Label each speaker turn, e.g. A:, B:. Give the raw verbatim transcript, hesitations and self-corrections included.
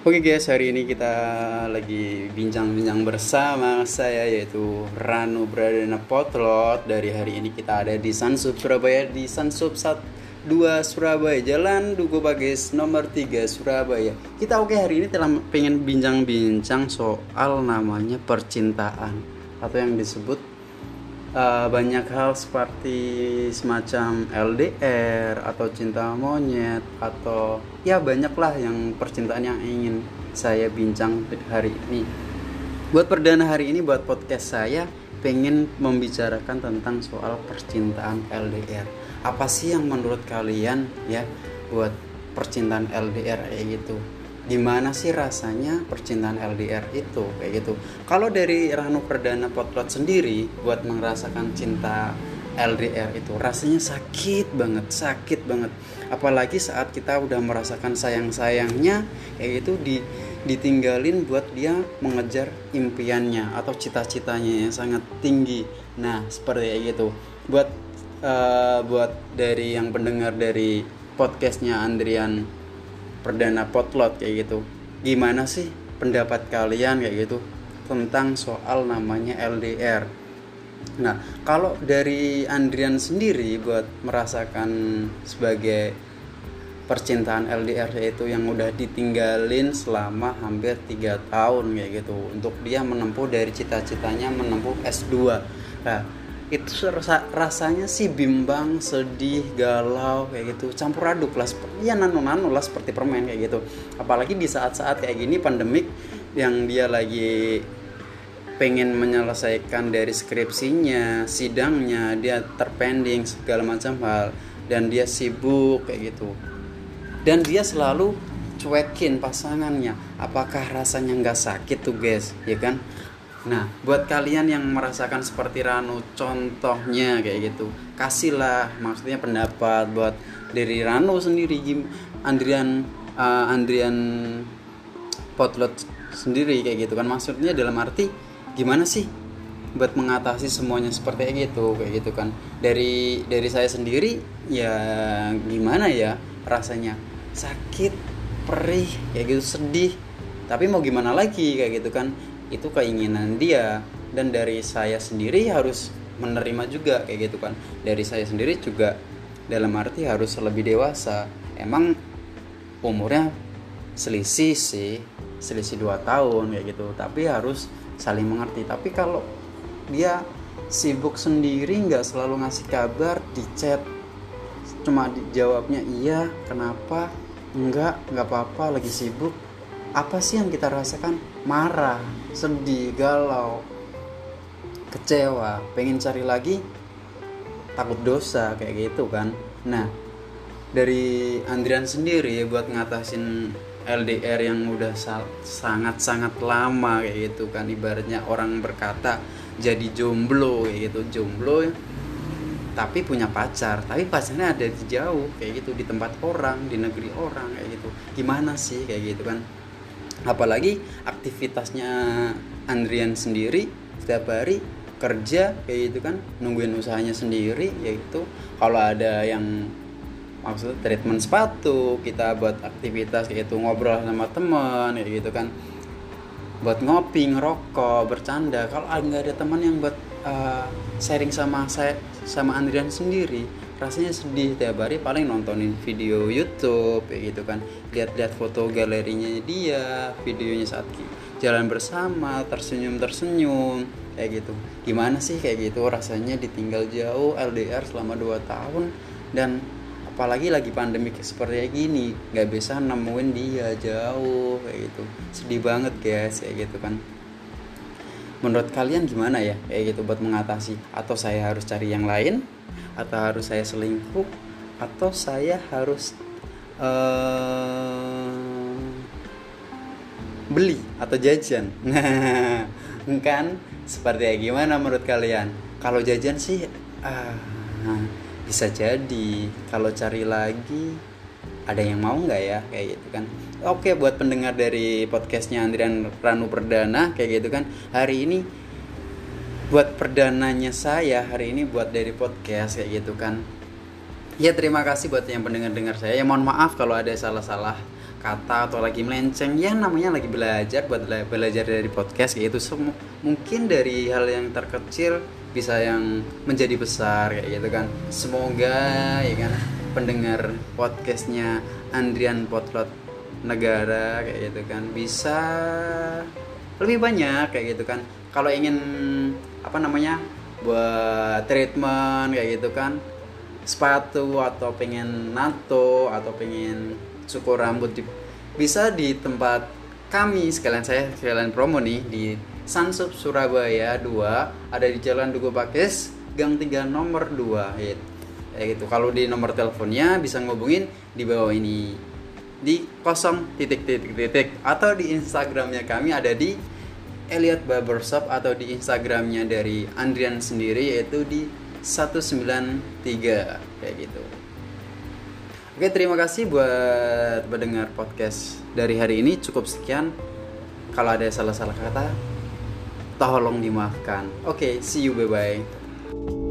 A: Oke guys, hari ini kita lagi bincang-bincang bersama saya yaitu Ranu Pradana Potlot. Dari hari ini kita ada di Sansub Surabaya, di Sansub dua Surabaya, Jalan Duku Bagis nomor tiga Surabaya. Kita oke hari ini telah pengen bincang-bincang soal namanya percintaan atau yang disebut uh, banyak hal seperti semacam L D R atau cinta monyet atau ya banyaklah yang percintaan yang ingin saya bincang hari ini. Buat perdana hari ini, buat podcast saya pengen membicarakan tentang soal percintaan L D R. Apa sih yang menurut kalian ya buat percintaan L D R kayak gitu? Gimana sih rasanya percintaan L D R itu kayak gitu? Kalau dari Ranu Perdana Potlot sendiri buat merasakan cinta L D R itu rasanya sakit banget, sakit banget. Apalagi saat kita udah merasakan sayang-sayangnya kayak gitu di ditinggalin buat dia mengejar impiannya atau cita-citanya yang sangat tinggi. Nah, seperti kayak gitu. Buat uh, buat dari yang pendengar dari podcastnya Andrian Perdana Potlot kayak gitu, gimana sih pendapat kalian kayak gitu tentang soal namanya L D R? Nah, kalau dari Andrian sendiri buat merasakan sebagai percintaan L D R yaitu yang udah ditinggalin selama hampir tiga tahun kayak gitu untuk dia menempuh dari cita-citanya menempuh S dua. Nah, itu rasa, rasanya sih bimbang, sedih, galau kayak gitu, campur aduk lah, ya nano-nano lah seperti permen kayak gitu. Apalagi di saat-saat kayak gini pandemik yang dia lagi pengen menyelesaikan dari skripsinya, sidangnya, dia terpending segala macam hal dan dia sibuk kayak gitu. Dan dia selalu cuekin pasangannya. Apakah rasanya nggak sakit tuh guys, ya kan? Nah, buat kalian yang merasakan seperti Ranu contohnya kayak gitu, kasihlah maksudnya pendapat buat dari Ranu sendiri, Andrian uh, Andrian Potlot sendiri kayak gitu kan. Maksudnya dalam arti gimana sih buat mengatasi semuanya seperti gitu kayak gitu kan. Dari dari saya sendiri ya gimana ya rasanya, sakit, perih kayak gitu, sedih. Tapi mau gimana lagi kayak gitu kan. Itu keinginan dia dan dari saya sendiri harus menerima juga kayak gitu kan. Dari saya sendiri juga dalam arti harus lebih dewasa. Emang umurnya selisih sih, selisih dua tahun kayak gitu, tapi harus saling mengerti. Tapi kalau dia sibuk sendiri, nggak selalu ngasih kabar di chat, cuma dijawabnya iya, kenapa, enggak, nggak apa-apa, lagi sibuk. Apa sih yang kita rasakan? Marah, sedih, galau, kecewa, pengen cari lagi, takut dosa kayak gitu kan. Nah, dari Andrian sendiri buat ngatasin L D R yang udah sangat-sangat lama kayak gitu kan, ibaratnya orang berkata jadi jomblo kayak gitu, jomblo tapi punya pacar, tapi pacarnya ada di jauh kayak gitu, di tempat orang, di negeri orang kayak gitu. Gimana sih kayak gitu kan. Apalagi aktivitasnya Andrian sendiri setiap hari kerja kayak gitu kan, nungguin usahanya sendiri yaitu kalau ada yang maksudnya treatment sepatu, kita buat aktivitas kayak gitu, ngobrol sama teman kayak gitu kan, buat ngopi, ngerokok, bercanda. Kalau nggak ada teman yang buat uh, sharing sama saya sama Andrian sendiri, rasanya sedih. Tiap hari paling nontonin video YouTube kayak gitu kan, lihat-lihat foto galerinya dia, videonya saat jalan bersama, tersenyum-tersenyum kayak gitu. Gimana sih kayak gitu rasanya ditinggal jauh L D R selama dua tahun, dan apalagi lagi pandemi seperti kayak gini, nggak bisa nemuin dia jauh kayak gitu. Sedih banget guys kayak gitu kan. Menurut kalian gimana ya kayak gitu buat mengatasi? Atau saya harus cari yang lain, atau harus saya selingkuh, atau saya harus uh, beli atau jajan? Nah, kan seperti gimana menurut kalian? Kalau jajan sih ah, bisa jadi. Kalau cari lagi ada yang mau nggak ya kayak gitu kan. Oke, buat pendengar dari podcastnya Andrian Ranu Perdana kayak gitu kan, hari ini buat perdananya saya hari ini buat dari podcast kayak gitu kan. Ya terima kasih buat yang pendengar-dengar saya. Ya mohon maaf kalau ada salah-salah kata atau lagi melenceng, ya namanya lagi belajar, buat belajar dari podcast kayak itu. Sem- mungkin dari hal yang terkecil bisa yang menjadi besar kayak gitu kan. Semoga ya kan pendengar podcastnya Andrian Potlot Negara kayak gitu kan bisa lebih banyak kayak gitu kan. Kalau ingin apa namanya buat treatment kayak gitu kan, sepatu atau pengen nato atau pengen cukur rambut di, bisa di tempat kami. Sekalian saya sekalian promo nih di Sansub Surabaya dua, ada di Jalan Dugo Pakis Gang tiga nomor dua ya gitu. Kalau di nomor teleponnya bisa ngubungin di bawah ini di kosong titik titik titik, atau di Instagramnya kami ada di Elliot Barbershop, atau di Instagramnya dari Andrian sendiri yaitu di seratus sembilan puluh tiga kayak gitu. Oke, terima kasih buat mendengar podcast dari hari ini. Cukup sekian. Kalau ada salah-salah kata tolong dimaafkan. Oke, see you, bye bye.